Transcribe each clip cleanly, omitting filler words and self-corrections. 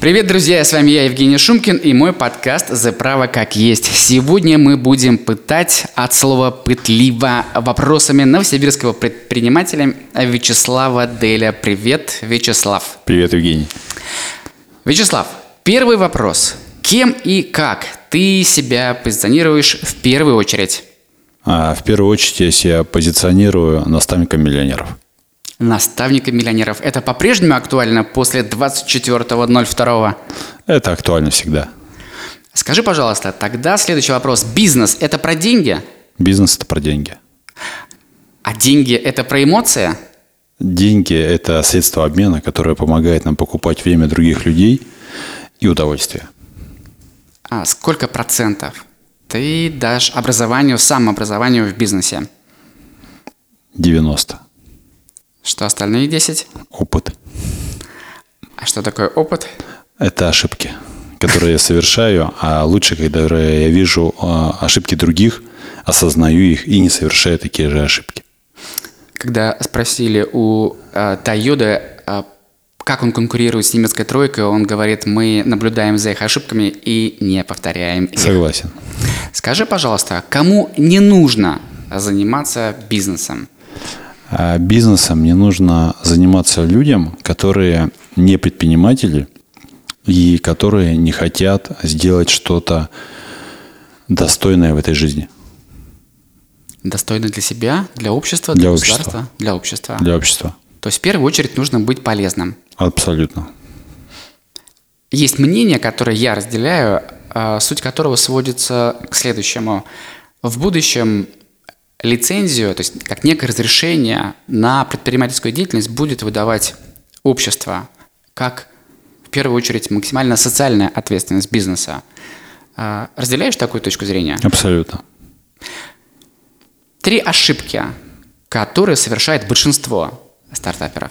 Привет, друзья, с вами я, Евгений Шумкин, и мой подкаст «За право как есть». Сегодня мы будем пытать от слова «пытливо» вопросами новосибирского предпринимателя Вячеслава Деля. Привет, Вячеслав. Привет, Евгений. Вячеслав, первый вопрос. Кем и как ты себя позиционируешь в первую очередь? В первую очередь я себя позиционирую наставником миллионеров. Наставником миллионеров. Это по-прежнему актуально после 24.02? Это актуально всегда. Скажи, пожалуйста, тогда следующий вопрос. Бизнес – это про деньги? Бизнес – это про деньги. А деньги – это про эмоции? Деньги – это средство обмена, которое помогает нам покупать время других людей и удовольствие. А сколько процентов ты дашь образованию, самообразованию в бизнесе? 90. Что остальные 10? Опыт. А что такое опыт? Это ошибки, которые я совершаю, а лучше, когда я вижу ошибки других, осознаю их и не совершаю такие же ошибки. Когда спросили у Тойоты, как он конкурирует с немецкой тройкой, он говорит, мы наблюдаем за их ошибками и не повторяем их. Согласен. Скажи, пожалуйста, кому не нужно заниматься бизнесом? Бизнесом не нужно заниматься людям, которые не предприниматели и которые не хотят сделать что-то достойное в этой жизни. Достойное для себя, для общества, для государства? Общества. Для общества. Для общества. То есть в первую очередь нужно быть полезным. Абсолютно. Есть мнение, которое я разделяю, суть которого сводится к следующему. В будущем лицензию, то есть как некое разрешение на предпринимательскую деятельность будет выдавать общество, как в первую очередь максимально социальная ответственность бизнеса. Разделяешь такую точку зрения? Абсолютно. 3 ошибки, которые совершает большинство стартаперов.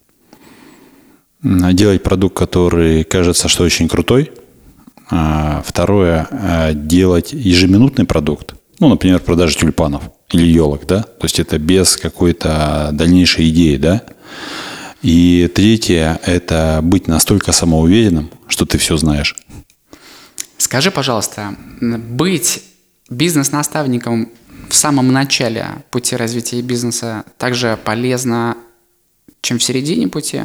Делать продукт, который кажется, что очень крутой. Второе, делать ежеминутный продукт. Ну, например, продажа тюльпанов или елок, да? То есть это без какой-то дальнейшей идеи, да? И третье – это быть настолько самоуверенным, что ты все знаешь. Скажи, пожалуйста, быть бизнес-наставником в самом начале пути развития бизнеса так же полезно, чем в середине пути?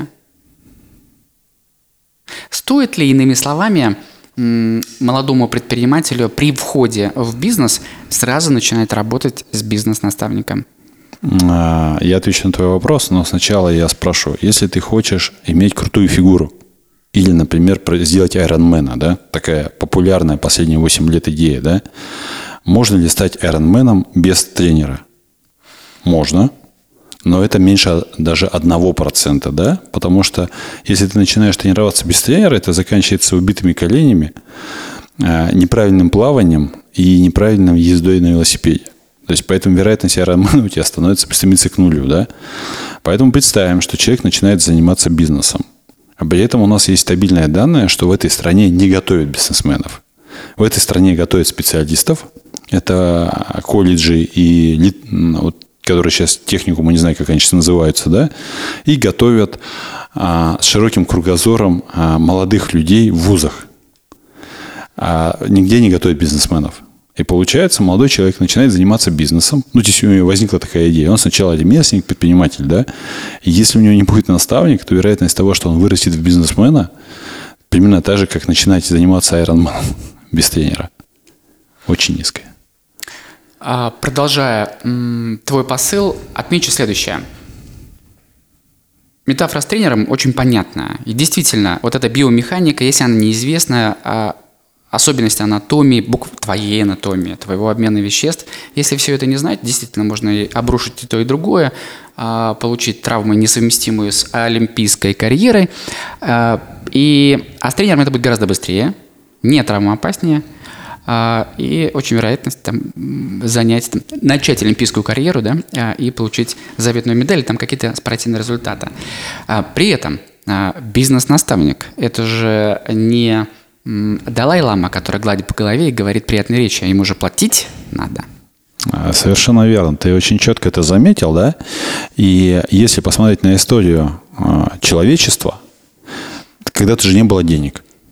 Стоит ли, иными словами, молодому предпринимателю при входе в бизнес сразу начинать работать с бизнес-наставником? Я отвечу на твой вопрос, но сначала я спрошу. Если ты хочешь иметь крутую фигуру или, например, сделать айронмена, да, такая популярная последние 8 лет идея, да, можно ли стать айронменом без тренера? Можно. Но это меньше даже 1%, да? Потому что если ты начинаешь тренироваться без тренера, это заканчивается убитыми коленями, неправильным плаванием и неправильной ездой на велосипеде. То есть, поэтому вероятность айронмена у тебя стремится к нулю, да? Поэтому представим, что человек начинает заниматься бизнесом. А при этом у нас есть стабильное данное, что в этой стране не готовят бизнесменов. В этой стране готовят специалистов. Это колледжи и которые сейчас техникумы, не знаю, как они сейчас называются, да, и готовят с широким кругозором молодых людей в вузах. Нигде не готовят бизнесменов. И получается, молодой человек начинает заниматься бизнесом. Ну, здесь у него возникла такая идея. Он сначала ремесленник, предприниматель, да, и если у него не будет наставник, то вероятность того, что он вырастет в бизнесмена, примерно та же, как начинать заниматься айронменом без тренера. Очень низкая. Продолжая твой посыл, отмечу следующее. Метафора с тренером очень понятная. И действительно, вот эта биомеханика, если она неизвестна, особенности анатомии, твоей анатомии, твоего обмена веществ, если все это не знать, действительно можно и обрушить и то, и другое, получить травмы, несовместимые с олимпийской карьерой. А с тренером это будет гораздо быстрее, не травмоопаснее. И очень вероятность начать олимпийскую карьеру, да, и получить заветную медаль, там какие-то спортивные результаты. При этом бизнес-наставник – это же не Далай-лама, который гладит по голове и говорит приятные речи, а ему же платить надо. Совершенно верно. Ты очень четко это заметил, да? И если посмотреть на историю человечества, когда-то же не было денег.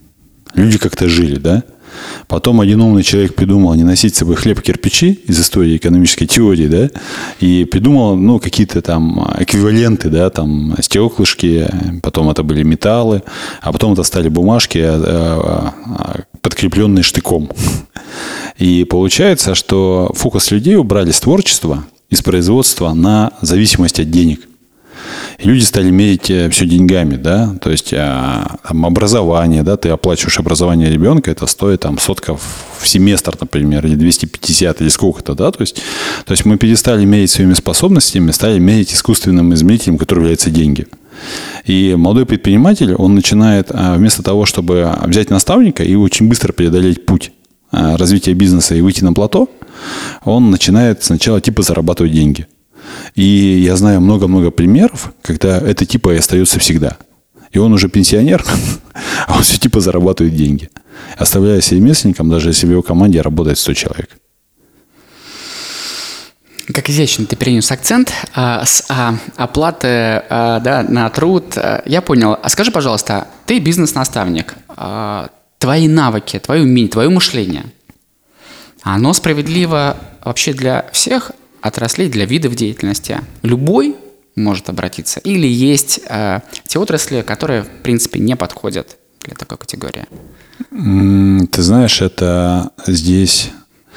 Люди как-то жили, да? Потом один умный человек придумал не носить с собой хлеб-кирпичи из истории экономической теории, да, и придумал, какие-то там эквиваленты, да, там стеклышки, потом это были металлы, а потом это стали бумажки, подкрепленные штыком. И получается, что фокус людей убрали с творчества, из производства на зависимость от денег. И люди стали мерить все деньгами, да, то есть образование, да, ты оплачиваешь образование ребенка, это стоит там сотка в семестр, например, или 250, или сколько-то, да, то есть мы перестали мерить своими способностями, стали мерить искусственным измерителем, который является деньги. И молодой предприниматель, он начинает вместо того, чтобы взять наставника и очень быстро преодолеть путь развития бизнеса и выйти на плато, он начинает сначала типа зарабатывать деньги. И я знаю много-много примеров, когда это типа и остается всегда. И он уже пенсионер, а он все типа зарабатывает деньги, оставляя себе ремесленником, даже если в его команде работает 100 человек. Как изящно ты перенес акцент с оплаты на труд. Я понял. А скажи, пожалуйста, ты бизнес-наставник. Твои навыки, твое умение, твое мышление, оно справедливо вообще для всех отраслей, для видов деятельности? Любой может обратиться? Или есть те отрасли, которые, в принципе, не подходят для такой категории? Ты знаешь, это здесь...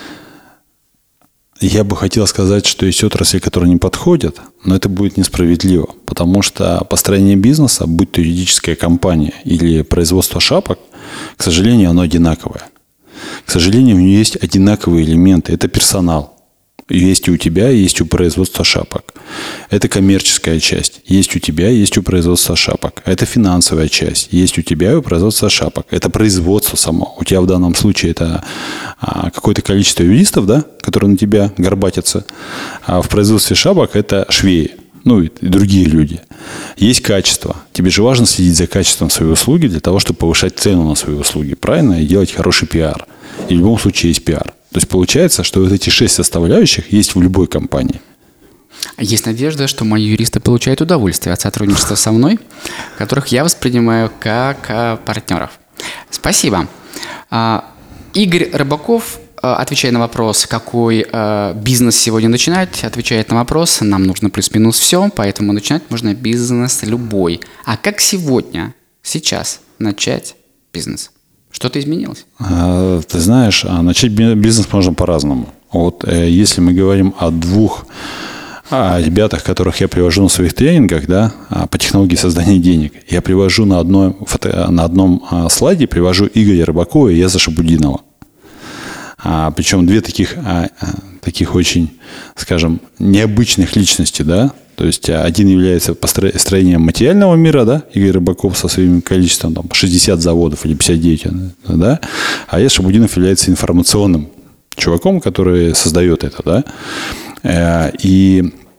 Я бы хотел сказать, что есть отрасли, которые не подходят, но это будет несправедливо, потому что построение бизнеса, будь то юридическая компания или производство шапок, к сожалению, оно одинаковое. К сожалению, у нее есть одинаковые элементы. Это персонал. Есть и у тебя, есть у производства шапок. Это коммерческая часть. Есть у тебя, есть у производства шапок. Это финансовая часть. Есть у тебя и у производства шапок. Это производство само. У тебя в данном случае это какое-то количество юристов, да, которые на тебя горбатятся. А в производстве шапок это швеи. И другие люди. Есть качество. Тебе же важно следить за качеством своей услуги для того, чтобы повышать цену на свои услуги. Правильно? И делать хороший пиар. И в любом случае есть пиар. То есть получается, что вот эти 6 составляющих есть в любой компании. Есть надежда, что мои юристы получают удовольствие от сотрудничества со мной, которых я воспринимаю как партнеров. Спасибо. Игорь Рыбаков, отвечая на вопрос, какой бизнес сегодня начинать, отвечает на вопрос, нам нужно плюс-минус все, поэтому начинать можно бизнес любой. А как сейчас начать бизнес? Что-то изменилось? Ты знаешь, начать бизнес можно по-разному. Вот если мы говорим о 2 ребятах, которых я привожу на своих тренингах, да, по технологии создания денег, я привожу на одном слайде привожу Игоря Рыбакова и Яза Шабудинова. Причем 2 таких очень, скажем, необычных личности, да. То есть один является построением материального мира, да, Игорь Рыбаков со своим количеством 60 заводов или 59, да, а Яз Шабудинов является информационным чуваком, который создает это, да. И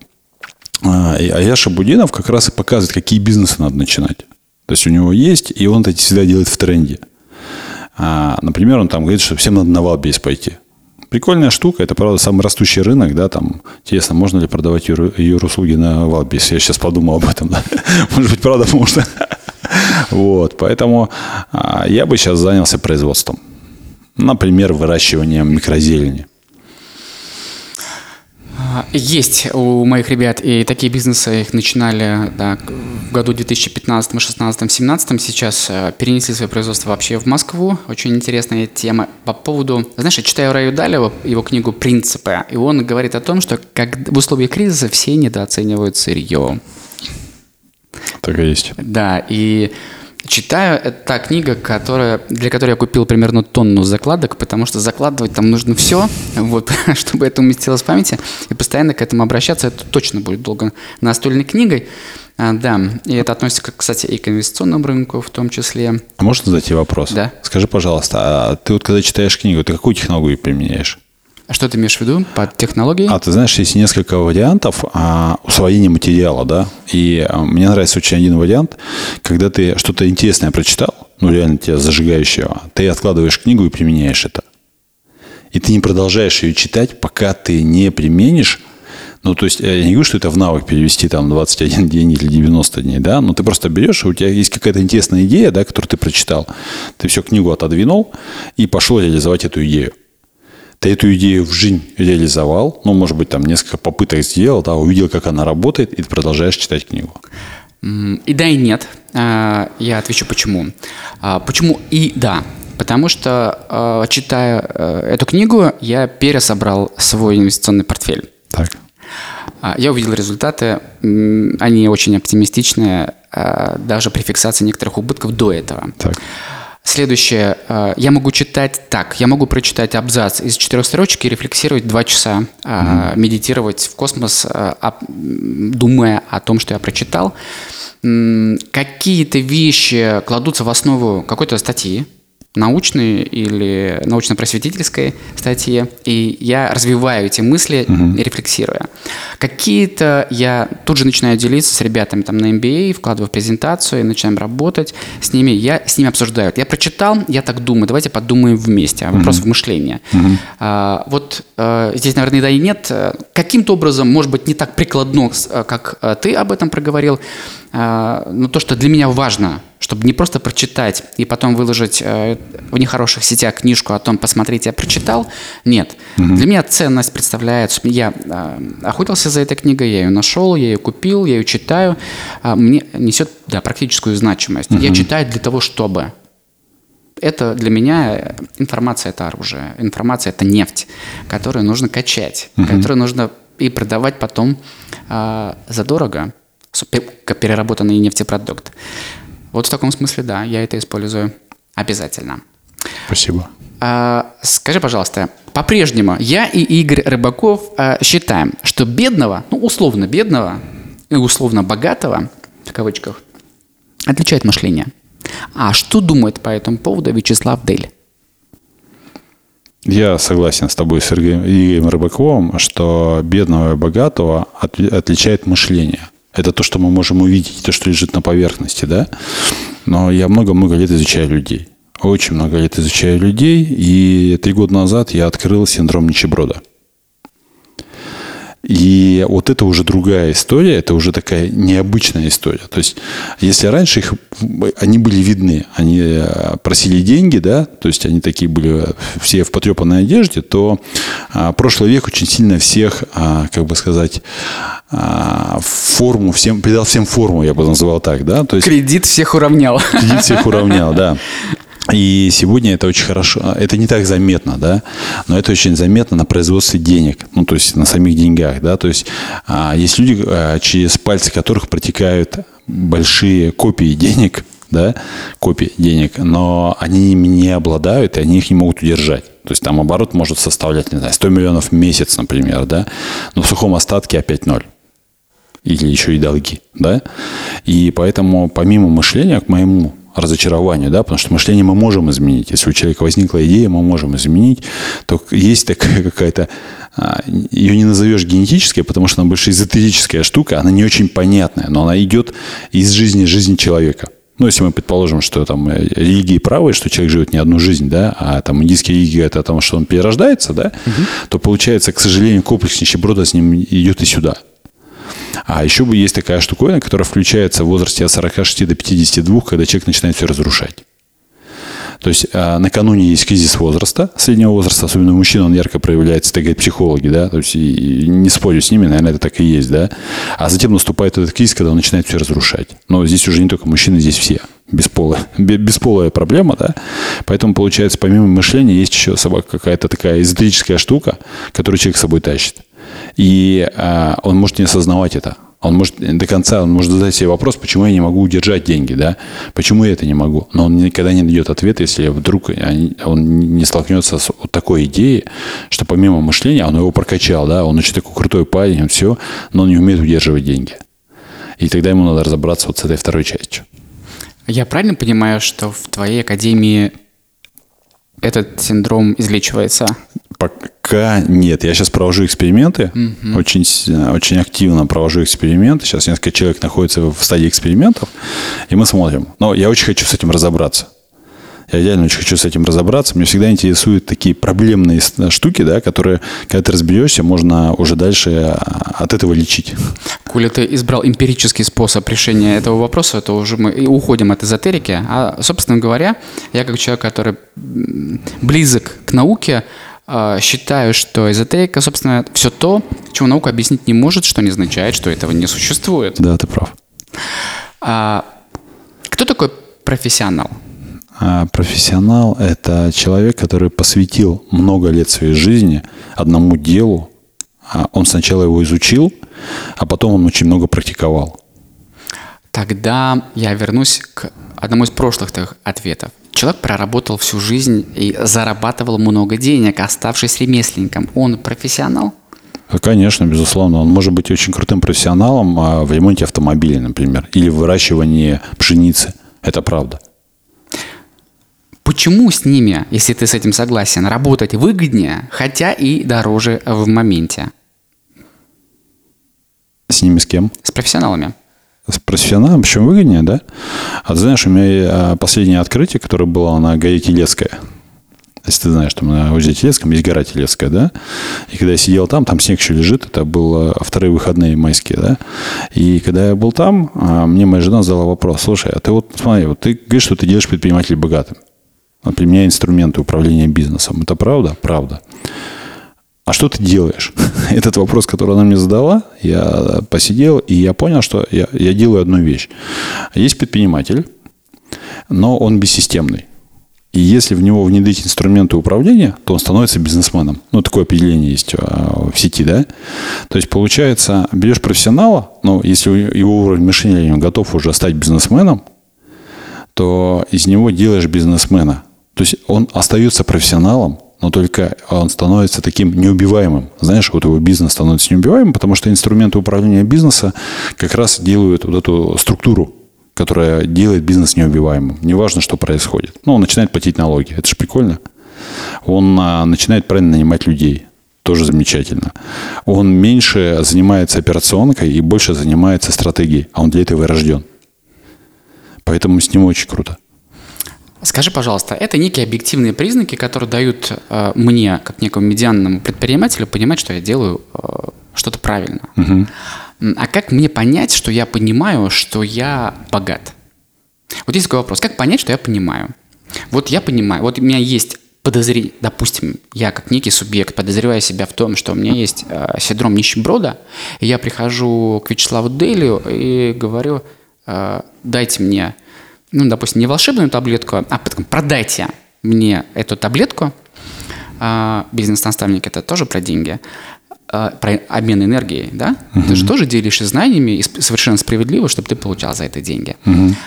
Яз Шабудинов как раз и показывает, какие бизнесы надо начинать. То есть у него есть, и он это всегда делает в тренде. Например, он там говорит, что всем надо на Валберес пойти. Прикольная штука, это, правда, самый растущий рынок, да, там, интересно, можно ли продавать юруслуги на Валберес? Я сейчас подумал об этом, да. Может быть, правда, можно. Вот, поэтому я бы сейчас занялся производством. Например, выращиванием микрозелени. Есть у моих ребят и такие бизнесы, их начинали в году 2015, 2016, 2017. Сейчас перенесли свое производство вообще в Москву. Очень интересная тема по поводу... Знаешь, я читаю Раю Далио, его книгу «Принципы», и он говорит о том, что в условиях кризиса все недооценивают сырье. Так и есть. Да, и... Читаю, это та книга, для которой я купил примерно 1 тонну закладок, потому что закладывать там нужно все, вот, чтобы это уместилось в памяти, и постоянно к этому обращаться. Это точно будет долго настольной книгой. Да, и это относится, кстати, и к инвестиционному рынку в том числе. А можно задать тебе вопрос? Да. Скажи, пожалуйста, а ты вот когда читаешь книгу, ты какую технологию применяешь? А что ты имеешь в виду под технологией? Ты знаешь, есть несколько вариантов усвоения материала, да. И мне нравится очень один вариант, когда ты что-то интересное прочитал, реально тебя зажигающего, ты откладываешь книгу и применяешь это. И ты не продолжаешь ее читать, пока ты не применишь Ну, то есть, я не говорю, что это в навык перевести там 21 день или 90 дней, да, но ты просто берешь, у тебя есть какая-то интересная идея, да, которую ты прочитал, ты всю книгу отодвинул и пошел реализовать эту идею. Ты эту идею в жизнь реализовал, ну, может быть, там несколько попыток сделал, да, увидел, как она работает, и ты продолжаешь читать книгу. И да, и нет. Я отвечу, почему. Почему и да? Потому что, читая эту книгу, я пересобрал свой инвестиционный портфель. Так. Я увидел результаты, они очень оптимистичные, даже при фиксации некоторых убытков до этого. Так. Следующее. Я могу читать так. Я могу прочитать абзац из 4 строчек и рефлексировать 2 часа, медитировать в космос, думая о том, что я прочитал. Какие-то вещи кладутся в основу какой-то статьи, научной или научно-просветительской статьи, и я развиваю эти мысли, рефлексируя. Какие-то я тут же начинаю делиться с ребятами там на MBA, вкладываю в презентацию, и начинаем работать с ними. Я с ними обсуждаю. Я прочитал, я так думаю, давайте подумаем вместе. Вопрос в мышлении. Здесь, наверное, да и нет. Каким-то образом, может быть, не так прикладно, как ты об этом проговорил, но то, что для меня важно, чтобы не просто прочитать и потом выложить в нехороших сетях книжку о том, посмотрите, я прочитал. Нет. Для меня ценность представляет, я охотился за этой книгой, я ее нашел, я ее купил, я ее читаю. Мне несет, да, практическую значимость. Я читаю для того, чтобы. Это для меня информация – это оружие. Информация – это нефть, которую нужно качать, которую нужно и продавать потом задорого, как переработанный нефтепродукт. Вот в таком смысле, да, я это использую обязательно. Спасибо. Скажи, пожалуйста, по-прежнему я и Игорь Рыбаков считаем, что бедного, ну, условно бедного и условно богатого, в кавычках, отличает мышление. А что думает по этому поводу Вячеслав Дель? Я согласен с тобой, с Игорем Рыбаковым, что бедного и богатого отличает мышление. Это то, что мы можем увидеть, то, что лежит на поверхности, да. Но я много-много лет изучаю людей. Очень много лет изучаю людей. И 3 года назад я открыл синдром нищеброда. И вот это уже другая история, это уже такая необычная история. То есть, если раньше они были видны, они просили деньги, да, то есть они такие были все в потрепанной одежде, то прошлый век очень сильно всех, как бы сказать, форму всем, придал всем форму, я бы называл так, да. То есть, кредит всех уравнял. Кредит всех уравнял, да. И сегодня это очень хорошо, это не так заметно, да, но это очень заметно на производстве денег, ну, то есть на самих деньгах, да, то есть есть люди, через пальцы которых протекают большие копии денег, да, копии денег, но они ими не обладают, и они их не могут удержать. То есть там оборот может составлять, не знаю, 100 миллионов в месяц, например, да, но в сухом остатке опять 0. Или еще и долги, да. И поэтому помимо мышления, к моему разочарованию, да, потому что мышление мы можем изменить. Если у человека возникла идея, мы можем изменить, то есть такая какая-то, ее не назовешь генетической, потому что она больше эзотерическая штука, она не очень понятная, но она идет из жизни человека. Ну, если мы предположим, что там религии правы, что человек живет не одну жизнь, да, а там индийские религии говорят о том, что он перерождается, да, то получается, к сожалению, комплекс нищеброда с ним идет и сюда. А еще есть такая штуковина, которая включается в возрасте от 46 до 52, когда человек начинает все разрушать. То есть накануне есть кризис возраста, среднего возраста, особенно у мужчин он ярко проявляется, так говорят психологи, да, то есть и не спорю с ними, наверное, это так и есть, да. А затем наступает этот кризис, когда он начинает все разрушать. Но здесь уже не только мужчины, здесь все. Бесполая проблема, да. Поэтому, получается, помимо мышления есть еще какая-то такая эзотерическая штука, которую человек с собой тащит. И он может не осознавать это. Он может до конца, он может задать себе вопрос, почему я не могу удержать деньги, да? Почему я это не могу? Но он никогда не дает ответа, если вдруг он не столкнется с вот такой идеей, что помимо мышления, он его прокачал, да? Он очень такой крутой парень, он все, но он не умеет удерживать деньги. И тогда ему надо разобраться вот с этой второй частью. Я правильно понимаю, что в твоей академии этот синдром излечивается? Пока нет. Я сейчас провожу эксперименты. Очень активно провожу эксперименты. Сейчас несколько человек находится в стадии экспериментов. И мы смотрим. Но я очень хочу с этим разобраться. Я реально очень хочу с этим разобраться. Меня всегда интересуют такие проблемные штуки, да, которые, когда ты разберешься, можно уже дальше от этого лечить. Коли ты избрал эмпирический способ решения этого вопроса, то уже мы уходим от эзотерики. А, собственно говоря, я как человек, который близок к науке, считаю, что эзотерика, собственно, все то, чего наука объяснить не может, что не означает, что этого не существует. Да, ты прав. Кто такой профессионал? Профессионал – это человек, который посвятил много лет своей жизни одному делу. Он сначала его изучил, а потом он очень много практиковал. Тогда я вернусь к одному из прошлых твоих ответов. Человек проработал всю жизнь и зарабатывал много денег, оставшись ремесленником. Он профессионал? Конечно, безусловно. Он может быть очень крутым профессионалом в ремонте автомобиля, например, или в выращивании пшеницы. Это правда. Почему с ними, если ты с этим согласен, работать выгоднее, хотя и дороже в моменте? С ними с кем? С профессионалами. С профессионалом, причем выгоднее, да? А ты знаешь, у меня последнее открытие, которое было на горе Телецкая. Если ты знаешь, там на озере Телецком есть гора Телецкая, да? И когда я сидел там снег еще лежит, это было вторые выходные майские, да? И когда я был там, мне моя жена задала вопрос: слушай, а ты вот смотри, вот ты говоришь, что ты делаешь предпринимателя богатым. Применяя инструменты управления бизнесом. Это правда? Правда. А что ты делаешь? Этот вопрос, который она мне задала, я посидел, и я понял, что я делаю одну вещь. Есть предприниматель, но он бессистемный. И если в него внедрить инструменты управления, то он становится бизнесменом. Ну, такое определение есть в сети, да? То есть, получается, берешь профессионала, но если его уровень мышления готов уже стать бизнесменом, то из него делаешь бизнесмена. То есть, он остается профессионалом, но только он становится таким неубиваемым. Знаешь, вот его бизнес становится неубиваемым, потому что инструменты управления бизнеса как раз делают вот эту структуру, которая делает бизнес неубиваемым. Неважно, что происходит. Ну, он начинает платить налоги. Это же прикольно. Он начинает правильно нанимать людей. Тоже замечательно. Он меньше занимается операционкой и больше занимается стратегией. А он для этого и рожден. Поэтому с ним очень круто. Скажи, пожалуйста, это некие объективные признаки, которые дают мне, как некому медианному предпринимателю, понимать, что я делаю что-то правильно. Угу. А как мне понять, что я понимаю, что я богат? Вот есть такой вопрос. Как понять, что я понимаю? Вот я понимаю. Вот у меня есть подозрение. Допустим, я как некий субъект подозреваю себя в том, что у меня есть синдром нищеброда, и я прихожу к Вячеславу Делию и говорю: дайте мне, ну, допустим, не волшебную таблетку, а продайте мне эту таблетку. Бизнес-наставник – это тоже про деньги. Про обмен энергией, да? Угу. Ты же тоже делишься знаниями, и совершенно справедливо, чтобы ты получал за это деньги. Угу.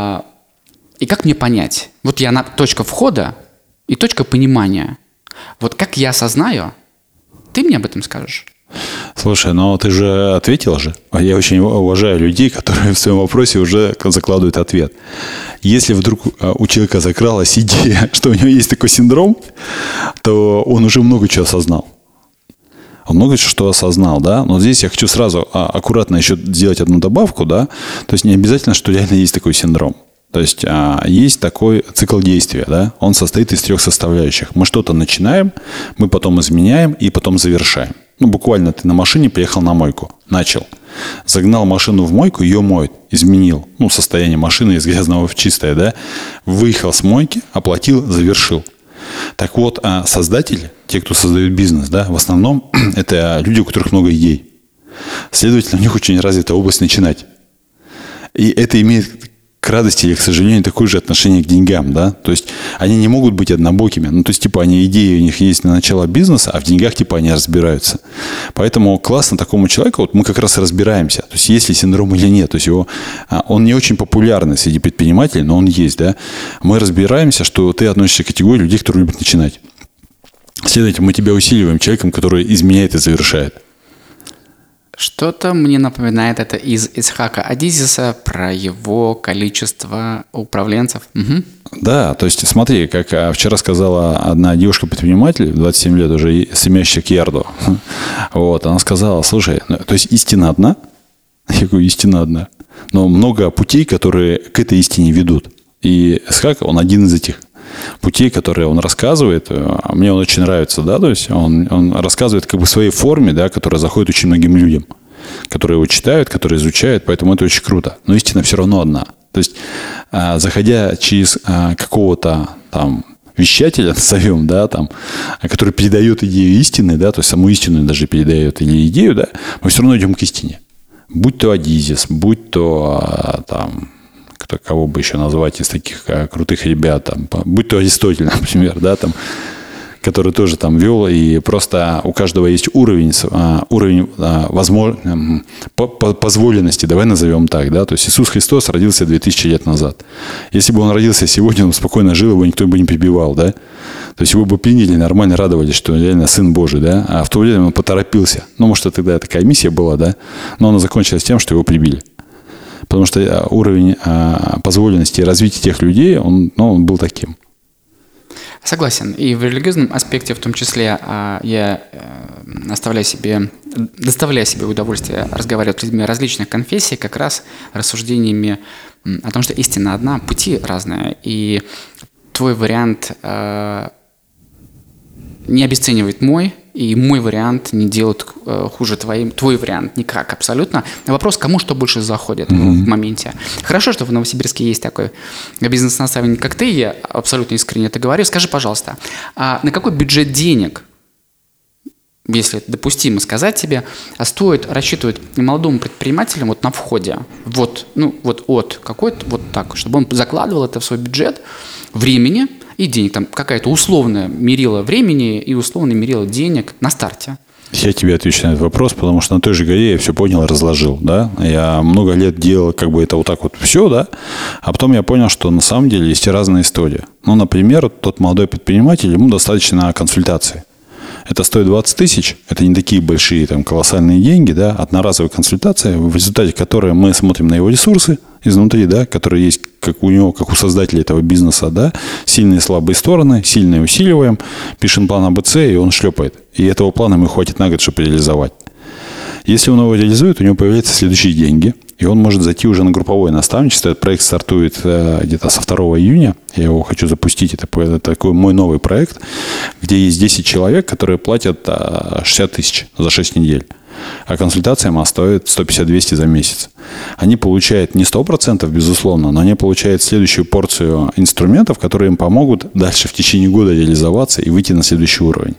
И как мне понять? Вот точка входа и точка понимания. Вот как я осознаю, ты мне об этом скажешь? Слушай, но ты же ответил же. Я очень уважаю людей, которые в своем вопросе уже закладывают ответ. Если вдруг у человека закралась идея, что у него есть такой синдром, то он уже много чего осознал. Он много что осознал, да? Но здесь я хочу сразу аккуратно еще сделать одну добавку, да? То есть не обязательно, что реально есть такой синдром. То есть есть такой цикл действия, да? Он состоит из 3 составляющих. Мы что-то начинаем, мы потом изменяем и потом завершаем. Ну, буквально ты на машине приехал на мойку, начал. Загнал машину в мойку, ее моют, изменил. Ну, состояние машины из грязного в чистое, да? Выехал с мойки, оплатил, завершил. Так вот, создатели, те, кто создают бизнес, да, в основном это люди, у которых много идей. Следовательно, у них очень развита область начинать. И это имеет к радости или, к сожалению, такое же отношение к деньгам, да. То есть, они не могут быть однобокими. Ну, то есть, типа, идеи у них есть на начало бизнеса, а в деньгах, типа, они разбираются. Поэтому классно такому человеку, вот мы как раз и разбираемся. То есть, есть ли синдром или нет. То есть, он не очень популярный среди предпринимателей, но он есть, да. Мы разбираемся, что ты относишься к категории людей, которые любят начинать. Следовательно, мы тебя усиливаем человеком, который изменяет и завершает. Что-то мне напоминает это из Ицхака Адизиса про его количество управленцев. Угу. Да, то есть смотри, как вчера сказала одна девушка-предприниматель, 27 лет уже стремящаяся к ярду. Вот, она сказала: слушай, то есть истина одна? Я говорю: истина одна. Но много путей, которые к этой истине ведут. И Ицхак, он один из этих путей, которые он рассказывает, мне он очень нравится, да, то есть он рассказывает как бы в своей форме, да, которая заходит очень многим людям, которые его читают, которые изучают, поэтому это очень круто. Но истина все равно одна. То есть, заходя через какого-то там вещателя, назовем, да, там, который передает идею истины, да, то есть саму истину даже передает или идею, да, мы все равно идем к истине. Будь то Адизис, будь то там, кого бы еще назвать из таких крутых ребят, там, будь то Аристотель, например, да, там, который тоже там вел, и просто у каждого есть уровень позволенности, давай назовем так, да, то есть Иисус Христос родился 2000 лет назад. Если бы он родился сегодня, он спокойно жил, его никто бы не прибивал, да, то есть его бы приняли, нормально радовались, что реально Сын Божий, да, а в то время он поторопился, ну, может, тогда такая миссия была, да, но она закончилась тем, что его прибили. Потому что уровень позволенности и развития тех людей, он был таким. Согласен. И в религиозном аспекте в том числе я доставляю себе удовольствие разговаривать с людьми различных конфессий, как раз рассуждениями о том, что истина одна, пути разные. И твой вариант не обесценивает мой, и мой вариант не делает хуже твой вариант никак абсолютно. Вопрос, кому что больше заходит в моменте. Хорошо, что в Новосибирске есть такой бизнес-наставник, как ты, я абсолютно искренне это говорю. Скажи, пожалуйста, на какой бюджет денег, если допустимо сказать тебе, стоит рассчитывать молодому предпринимателю вот на входе, от какой-то вот так, чтобы он закладывал это в свой бюджет времени и денег, там какая-то условная мерила времени и условная мерила денег на старте? Я тебе отвечу на этот вопрос, потому что на той же горе я все понял и разложил, да. Я много лет делал как бы это вот так вот все, да. А потом я понял, что на самом деле есть и разные истории. Ну, например, тот молодой предприниматель, ему достаточно консультации. Это стоит 20 тысяч, это не такие большие, там, колоссальные деньги, да, одноразовая консультация, в результате которой мы смотрим на его ресурсы изнутри, да, которые есть как у него, как у создателя этого бизнеса, да, сильные и слабые стороны, сильные усиливаем, пишем план АБЦ, и он шлепает. И этого плана ему хватит на год, чтобы реализовать. Если он его реализует, у него появляются следующие деньги, и он может зайти уже на групповое наставничество. Этот проект стартует где-то со 2 июня. Я его хочу запустить. Это такой мой новый проект, где есть 10 человек, которые платят 60 тысяч за 6 недель. А консультация им стоит 150-200 за месяц. Они получают не 100%, безусловно, но они получают следующую порцию инструментов, которые им помогут дальше в течение года реализоваться и выйти на следующий уровень.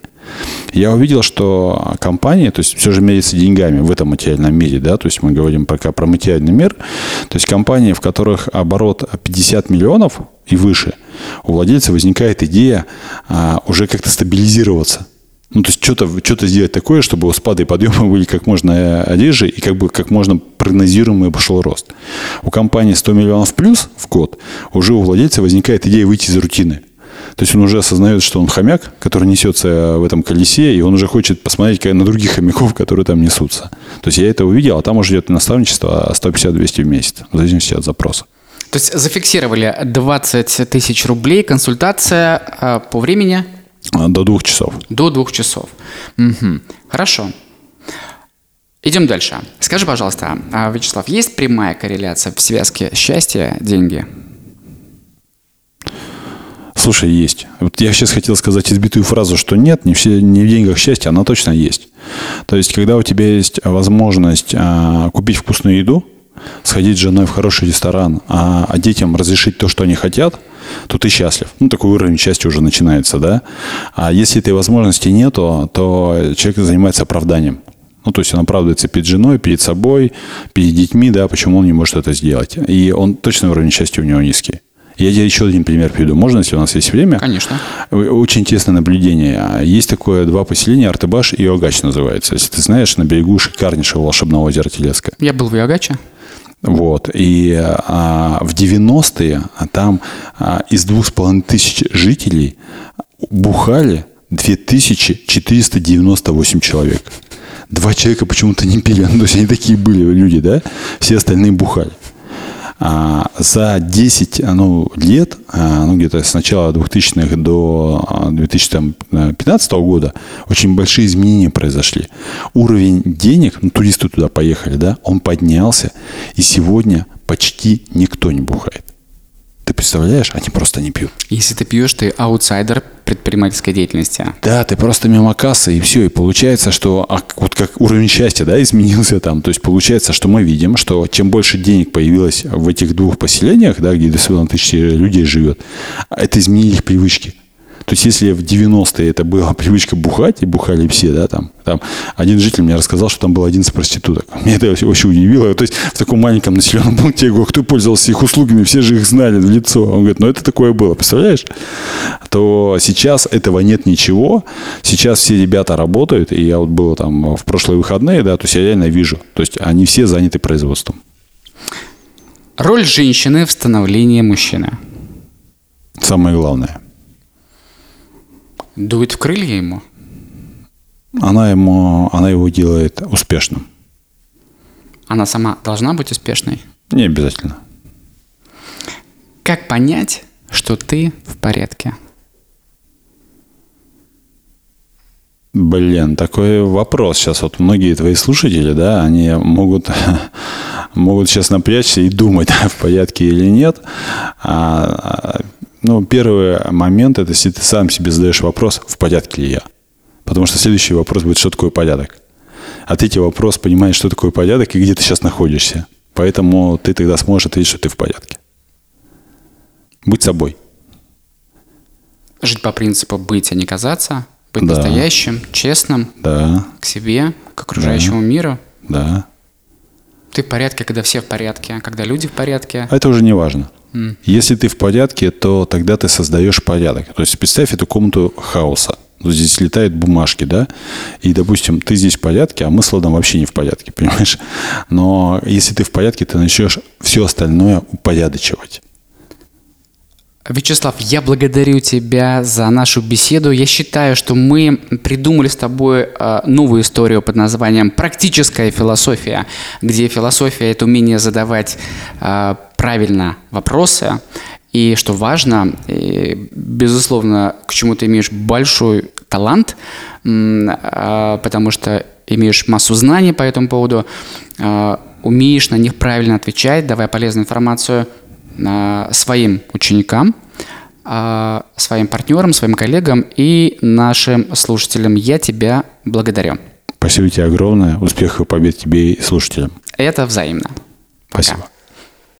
Я увидел, что компании, то есть все же меряется деньгами в этом материальном мире, да, то есть мы говорим пока про материальный мир, то есть компании, в которых оборот 50 миллионов и выше, у владельца возникает идея уже как-то стабилизироваться. Ну, то есть что-то сделать такое, чтобы спады и подъемы были как можно реже и как можно прогнозируемый пошел рост. У компании 100 миллионов плюс в год уже у владельца возникает идея выйти из рутины. То есть он уже осознает, что он хомяк, который несется в этом колесе, и он уже хочет посмотреть на других хомяков, которые там несутся. То есть я это увидел, а там уже идет наставничество 150-200 в месяц, в зависимости от запроса. То есть зафиксировали 20 тысяч рублей, консультация по времени? До 2 часов. До 2 часов. Угу. Хорошо. Идем дальше. Скажи, пожалуйста, Вячеслав, есть прямая корреляция в связке счастья, деньги? Слушай, есть. Вот я сейчас хотел сказать избитую фразу, что нет, не в деньгах счастье, она точно есть. То есть, когда у тебя есть возможность купить вкусную еду, сходить с женой в хороший ресторан, а детям разрешить то, что они хотят, то ты счастлив. Ну, такой уровень счастья уже начинается, да? А если этой возможности нету, то человек занимается оправданием. Ну, то есть он оправдывается перед женой, перед собой, перед детьми, да, почему он не может это сделать. И он точно уровень счастья у него низкий. Я тебе еще один пример приведу. Можно, если у нас есть время? Конечно. Очень интересное наблюдение. Есть такое 2 поселения, Артыбаш и Иогач называется. Если ты знаешь, на берегу шикарнейшего волшебного озера Телецкое. Я был в Иогаче. Вот. И в 90-е там из 2500 жителей бухали 2498 человек. 2 человека почему-то не пили. Ну, то есть они такие были люди, да? Все остальные бухали. За 10 лет, где-то с начала 2000-х до 2015 года, очень большие изменения произошли. Уровень денег, туристы туда поехали, да, он поднялся, и сегодня почти никто не бухает. Ты представляешь? Они просто не пьют. Если ты пьешь, ты аутсайдер предпринимательской деятельности. Да, ты просто мимо кассы, и все. И получается, что вот как уровень счастья, да, изменился там. То есть получается, что мы видим, что чем больше денег появилось в этих двух поселениях, да, где 2000 людей живет, это изменили их привычки. То есть, если в 90-е это была привычка бухать, и бухали все, да, там один житель мне рассказал, что там было 11 проституток. Меня это очень удивило. То есть, в таком маленьком населенном пункте, я говорю, кто пользовался их услугами, все же их знали в лицо. Он говорит, это такое было, представляешь? То сейчас этого нет ничего. Сейчас все ребята работают, и я вот был там в прошлые выходные, да, то есть, я реально вижу. То есть, они все заняты производством. Роль женщины в становлении мужчины. Самое главное. Дует в крылья ему? Она его делает успешным. Она сама должна быть успешной? Не обязательно. Как понять, что ты в порядке? Блин, такой вопрос сейчас. Вот многие твои слушатели, да, они могут сейчас напрячься и думать, в порядке или нет. Первый момент – это если ты сам себе задаешь вопрос, в порядке ли я. Потому что следующий вопрос будет, что такое порядок. А третий вопрос, понимаешь, что такое порядок и где ты сейчас находишься. Поэтому ты тогда сможешь ответить, что ты в порядке. Будь собой. Жить по принципу быть, а не казаться. Быть настоящим, честным. Да. К себе, к окружающему миру. Да. Ты в порядке, когда все в порядке, когда люди в порядке. Это уже не важно. Если ты в порядке, то тогда ты создаешь порядок. То есть представь эту комнату хаоса. Здесь летают бумажки, да? И, допустим, ты здесь в порядке, а мы с Владом вообще не в порядке, понимаешь? Но если ты в порядке, ты начнешь все остальное упорядочивать. Вячеслав, я благодарю тебя за нашу беседу. Я считаю, что мы придумали с тобой новую историю под названием «Практическая философия», где философия – это умение задавать правильно вопросы. И что важно, безусловно, к чему ты имеешь большой талант, потому что имеешь массу знаний по этому поводу, умеешь на них правильно отвечать, давая полезную информацию своим ученикам, своим партнерам, своим коллегам и нашим слушателям. Я тебя благодарю. Спасибо тебе огромное. Успехов и побед тебе и слушателям. Это взаимно. Пока. Спасибо.